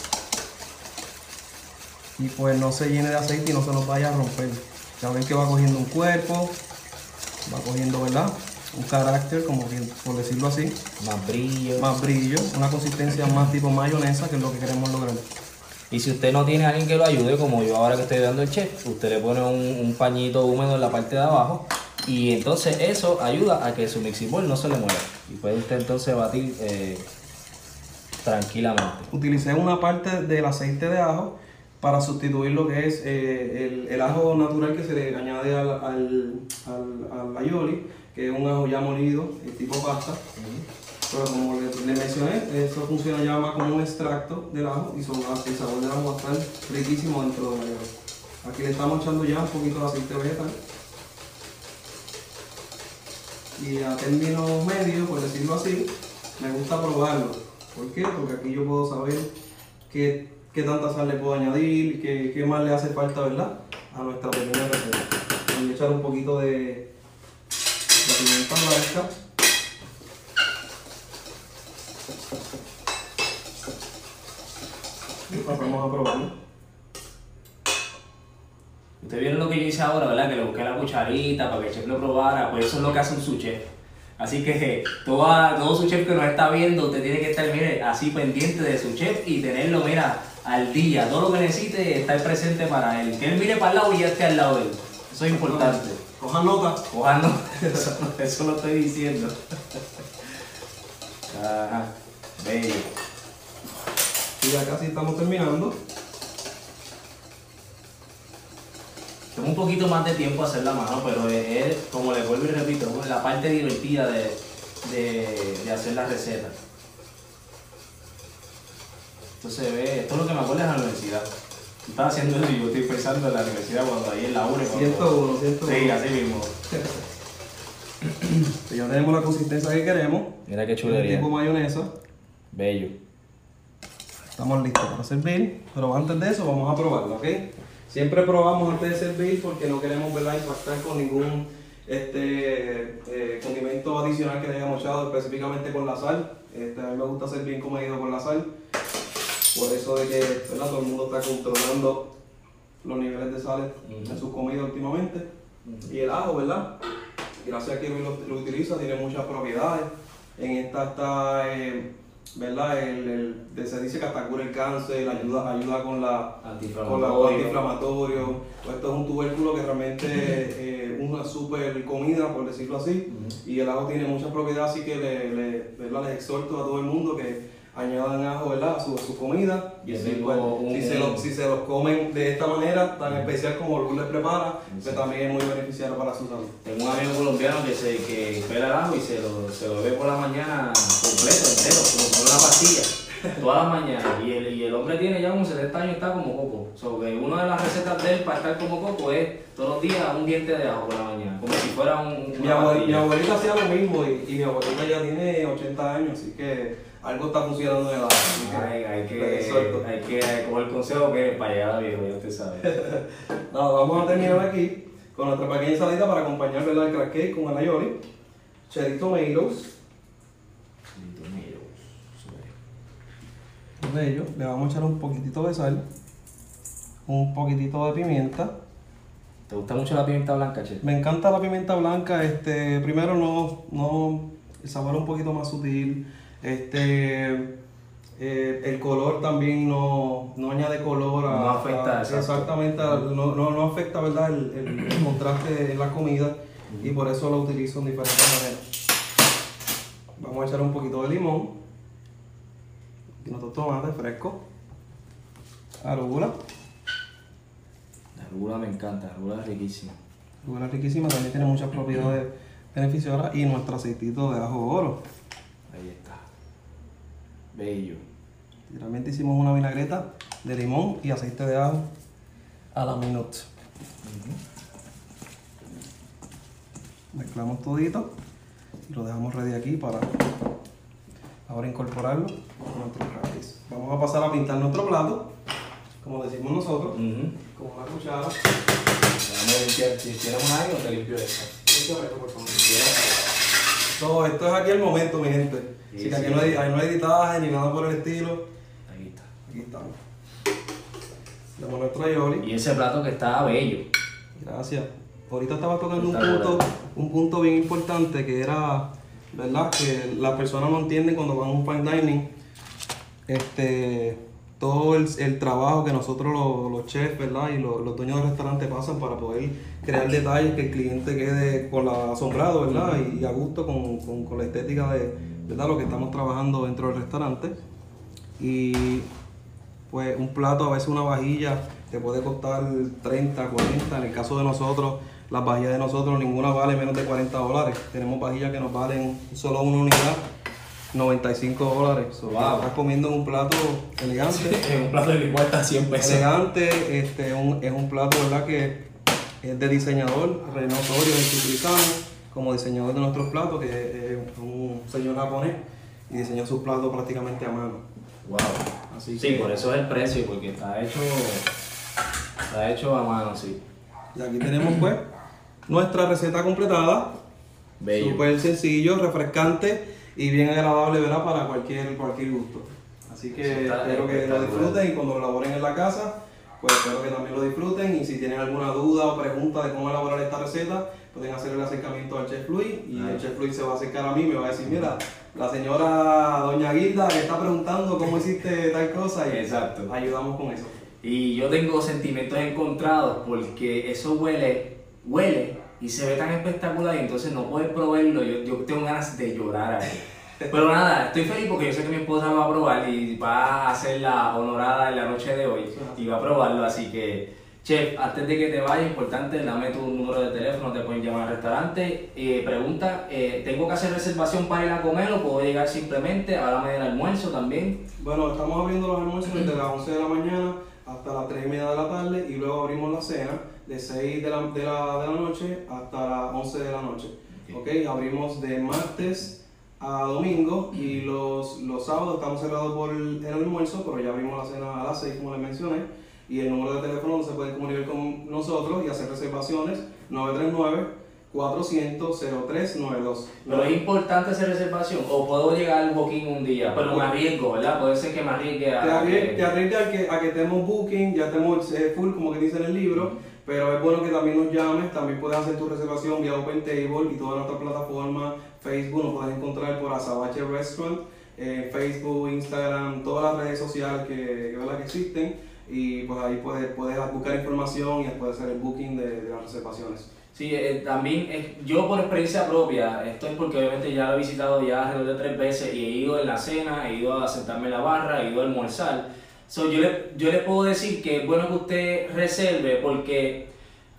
y pues no se llene de aceite y no se nos vaya a romper. Ya ven que va cogiendo un cuerpo, va cogiendo, ¿verdad?, un carácter, como que, por decirlo así. Más brillo, una consistencia más tipo mayonesa, que es lo que queremos lograr. Y si usted no tiene a alguien que lo ayude, como yo ahora que estoy dando el chef, usted le pone un pañito húmedo en la parte de abajo y entonces eso ayuda a que su mixing bowl no se le mueva. Y puede usted entonces batir tranquilamente. Utilicé una parte del aceite de ajo para sustituir lo que es el ajo natural que se le añade al aioli, que es un ajo ya molido, tipo pasta. Pero como le mencioné, eso funciona ya más como un extracto del ajo, y el sabor del ajo va a estar riquísimo dentro del aioli. Aquí le estamos echando ya un poquito de aceite vegetal. Y a término medio, por decirlo así, me gusta probarlo. ¿Por qué? Porque aquí yo puedo saber qué tanta sal le puedo añadir, qué más le hace falta, ¿verdad?, a nuestra pequeña receta. Voy a echar un poquito de pimienta blanca. Vamos a probarlo. Ustedes vieron lo que yo hice ahora, ¿verdad? Que le busqué la cucharita para que el chef lo probara. Pues eso es lo que hace un sous-chef. Así que todo su chef que nos está viendo, usted tiene que estar, mire, así pendiente de su chef y tenerlo, mira, al día. Todo lo que necesite, estar presente para él. Que él mire para el lado y ya esté al lado de él. Eso es importante. Cojan nota. Cojan nota. Eso lo estoy diciendo. Ajá. Bello. Y ya casi estamos terminando. Toma un poquito más de tiempo hacer la mano, pero es, como le vuelvo y repito, es la parte divertida de hacer la receta. Esto se ve, esto es lo que me acuerdo en la universidad. Yo estaba haciendo eso y yo estoy pensando en la universidad cuando ahí en la UNE. 101. Sí, así mismo. Ya tenemos la consistencia que queremos. Mira qué chulería. Tipo mayonesa. Bello. Estamos listos para servir, pero antes de eso vamos a probarlo, ¿ok? Siempre probamos antes de servir porque no queremos, ¿verdad?, impactar con ningún condimento adicional que le hayamos echado, específicamente con la sal. A mí me gusta ser bien comedido con la sal, por eso de que, ¿verdad?, todo el mundo está controlando los niveles de sal en sus comidas últimamente. Y el ajo, ¿verdad?, gracias a que lo utiliza, tiene muchas propiedades. En esta está, ¿verdad?, se dice que hasta cura el cáncer, ayuda con la antiinflamatorio. Esto es un tubérculo que realmente es una super comida, por decirlo así. Y el ajo tiene muchas propiedades, así que les exhorto a todo el mundo que añadan ajo, ¿verdad?, a su comida. Y si se los comen de esta manera tan especial como Luis les prepara, pues también es muy beneficiario para su salud. Tengo un amigo colombiano que pela el ajo y se lo bebe por la mañana completo, entero, como una pastilla. todas las mañanas. Y el hombre tiene ya como 70 años y está como coco. So, que una de las recetas de él para estar como coco es todos los días un diente de ajo por la mañana, como si fuera mi abuelita hacía lo mismo y mi abuelita ya tiene 80 años, así que algo está funcionando de la hay que coger el consejo que para llegar a viejo, ya usted sabe. Nada, vamos a terminar aquí con nuestra pequeña ensaladita para acompañar, ¿verdad?, el crack cake con el aioli, cherry tomatoes. De ello, le vamos a echar un poquitito de sal, un poquitito de pimienta. ¿Te gusta mucho la pimienta blanca, Che? Me encanta la pimienta blanca, primero el sabor es un poquito más sutil, el color también no añade color no afecta, exactamente, no afecta, ¿verdad?, el contraste en la comida, y por eso lo utilizo en diferentes maneras. Vamos a echar un poquito de limón, y nuestros tomates frescos, arugula. La arugula me encanta, la arugula es riquísima. La arugula es riquísima, también tiene muchas propiedades beneficiosas, y nuestro aceitito de ajo oro. Ahí está. Bello. Realmente hicimos una vinagreta de limón y aceite de ajo a la minute. Mezclamos todito y lo dejamos ready aquí para ahora incorporarlo a nuestros crackers. Vamos a pasar a pintar nuestro plato, como decimos nosotros, con una cuchara. Vamos a limpiar. Si tienes un aire, te limpio esta. Esto es aquí el momento, mi gente. Así que aquí no hay editaje ni nada por el estilo. Aquí está. Aquí estamos. Tenemos nuestro aioli. Y ese plato que está bello. Gracias. Ahorita estaba tocando un punto bien importante, que era, ¿verdad?, que las personas no entienden cuando van a un fine dining, todo el trabajo que nosotros los chefs, ¿verdad?, y los dueños del restaurante pasan para poder crear detalles que el cliente quede asombrado, ¿verdad?, y a gusto con la estética de, ¿verdad?, lo que estamos trabajando dentro del restaurante. Y pues un plato, a veces una vajilla, te puede costar 30, 40, en el caso de nosotros, las vajillas de nosotros ninguna vale menos de $40. Tenemos vajillas que nos valen solo una unidad, $95. So, wow. Estás comiendo un plato elegante. Sí, es un plato que cuesta 100 pesos. Elegante, es un plato, ¿verdad?, que es de diseñador, René Osorio, el que utilizamos como diseñador de nuestros platos, que es un señor japonés y diseñó sus platos prácticamente a mano. Wow. Así sí, por eso es el precio, porque está hecho a mano, sí. Y aquí tenemos pues nuestra receta completada. Bello. Súper sencillo, refrescante y bien agradable, ¿verdad?, para cualquier gusto. Así que espero que lo disfruten, y cuando lo elaboren en la casa, pues espero que también lo disfruten. Y si tienen alguna duda o pregunta de cómo elaborar esta receta, pueden hacer el acercamiento al Chef Luis, y el Chef Luis se va a acercar a mí y me va a decir: mira, la señora Doña Guilda que está preguntando cómo hiciste tal cosa, y exacto, ayudamos con eso. Y yo tengo sentimientos encontrados porque eso huele y se ve tan espectacular, y entonces no puedes probarlo. Yo tengo ganas de llorar ahí. Pero nada, estoy feliz porque yo sé que mi esposa lo va a probar y va a hacer la honorada en la noche de hoy y va a probarlo. Así que, chef, antes de que te vayas, importante, dame tu número de teléfono, te pueden llamar al restaurante. Pregunta, ¿tengo que hacer reservación para ir a comer o puedo llegar simplemente? Háblame del almuerzo también. Bueno, estamos abriendo los almuerzos desde las 11 de la mañana hasta las 3:30 de la tarde, y luego abrimos la cena de 6 de la noche hasta las 11 de la noche. Okay. Abrimos de martes a domingo, y los sábados estamos cerrados por el almuerzo, pero ya abrimos la cena a las 6, como les mencioné. Y el número de teléfono donde se pueden comunicar con nosotros y hacer reservaciones: 939-400-0392. Pero es importante hacer reservación, o puedo llegar al booking un día, pero me arriesgo, ¿verdad? Puede ser que me arriesgue te arriesgas a que estemos booking, ya estemos full, como que dice en el libro, pero es bueno que también nos llames. También puedes hacer tu reservación vía OpenTable y todas nuestras plataformas. Facebook nos puedes encontrar por Azabache Restaurant, Facebook, Instagram, todas las redes sociales que existen, y pues ahí puedes buscar información y después hacer el booking de las reservaciones. Sí, también yo por experiencia propia, esto es porque obviamente ya lo he visitado ya alrededor de 3 veces y he ido en la cena, he ido a sentarme en la barra, he ido a almorzar. So, yo le puedo decir que es bueno que usted reserve, porque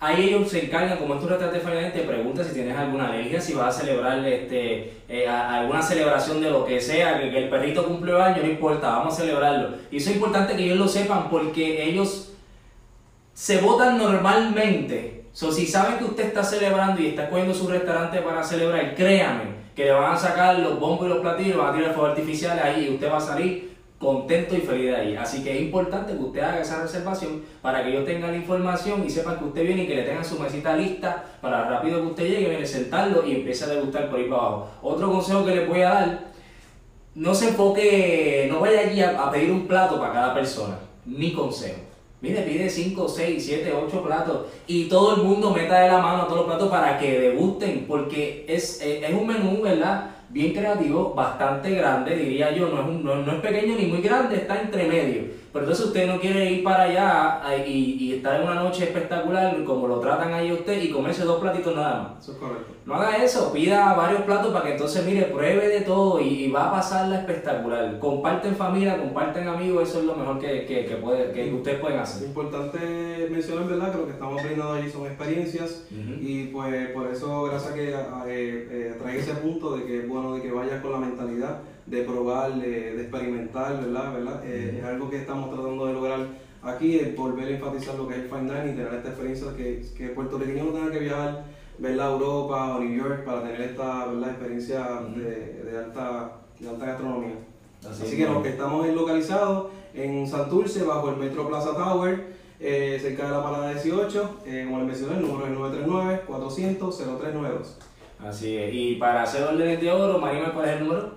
Ahí ellos se encargan, como es tu restaurante fine dining, te preguntan si tienes alguna alergia, si vas a celebrar alguna celebración de lo que sea, que el perrito cumple años, no importa, vamos a celebrarlo. Y eso es importante que ellos lo sepan porque ellos se votan normalmente. Si saben que usted está celebrando y está cogiendo su restaurante para celebrar, créanme que le van a sacar los bombos y los platillos, van a tirar fuegos artificiales ahí y usted va a salir contento y feliz de ahí. Así que es importante que usted haga esa reservación para que ellos tengan la información y sepan que usted viene y que le tengan su mesita lista para rápido que usted llegue, viene a sentarlo y empiece a degustar por ahí para abajo. Otro consejo que les voy a dar, no se enfoque, no vaya allí a pedir un plato para cada persona. Mi consejo. Mire, pide 5, 6, 7, 8 platos y todo el mundo meta de la mano a todos los platos para que degusten, porque es un menú, ¿verdad? Bien creativo, bastante grande, diría yo, no es pequeño ni muy grande, está entre medio. Pero entonces usted no quiere ir para allá y estar en una noche espectacular como lo tratan ahí usted y comerse 2 platitos nada más. Eso es correcto. No haga eso, pida varios platos para que entonces, mire, pruebe de todo y va a pasarla espectacular. Comparten familia, comparten amigos, eso es lo mejor que ustedes pueden hacer. Es importante mencionar, ¿verdad?, que lo que estamos brindando allí son experiencias y pues por eso, gracias a que trae ese punto de que es bueno de que vayas con la mentalidad de probar, de experimentar, ¿verdad? Es algo que estamos tratando de lograr aquí, el volver a enfatizar lo que es el fine dining y tener esta experiencia que el puertorriqueño no tenga que viajar, ¿verdad?, a Europa o New York para tener esta, ¿verdad?, experiencia de alta gastronomía. Así que estamos localizados en Santurce, bajo el Metro Plaza Tower, cerca de la parada 18, como les mencioné, el número es 939-400-0392. Así es, y para hacer órdenes de oro, Marima, ¿cuál es el número?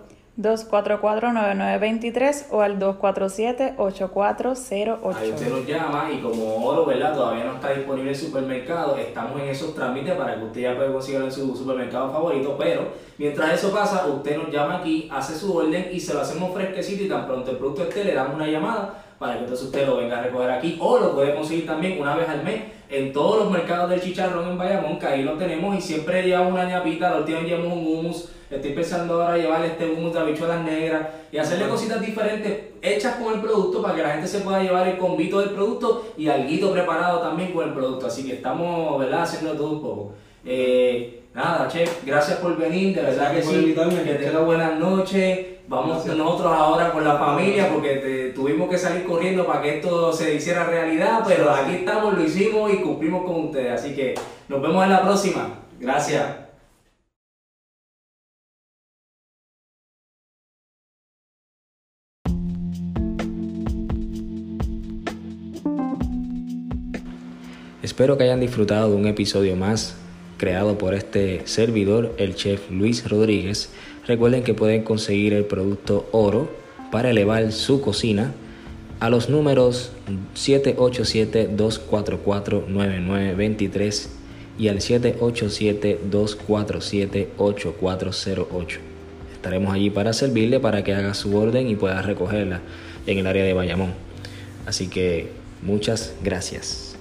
244-9923 o al 247-8408. Ahí usted nos llama y como oro, ¿verdad?, todavía no está disponible en el supermercado, estamos en esos trámites para que usted ya pueda conseguirlo en su supermercado favorito, pero mientras eso pasa, usted nos llama aquí, hace su orden y se lo hacemos fresquecito y tan pronto el producto esté, le damos una llamada para que entonces usted lo venga a recoger aquí o lo puede conseguir también una vez al mes en todos los mercados del chicharrón en Bayamón, que ahí lo tenemos y siempre llevamos una ñapita, la última vez llevamos un hummus. Estoy pensando ahora llevar hummus de habichuelas negras y hacerle cositas diferentes hechas con el producto para que la gente se pueda llevar el convito del producto y alguito preparado también con el producto. Así que estamos, ¿verdad?, haciendo todo un poco. Nada, chef, gracias por venir, de verdad que sí, que tenga buenas noches. Vamos nosotros ahora con la familia porque tuvimos que salir corriendo para que esto se hiciera realidad, pero aquí estamos, lo hicimos y cumplimos con ustedes. Así que nos vemos en la próxima. Gracias. Espero que hayan disfrutado de un episodio más creado por este servidor, el chef Luis Rodríguez. Recuerden que pueden conseguir el producto Oro para elevar su cocina a los números 787-244-9923 y al 787-247-8408. Estaremos allí para servirle para que haga su orden y pueda recogerla en el área de Bayamón. Así que muchas gracias.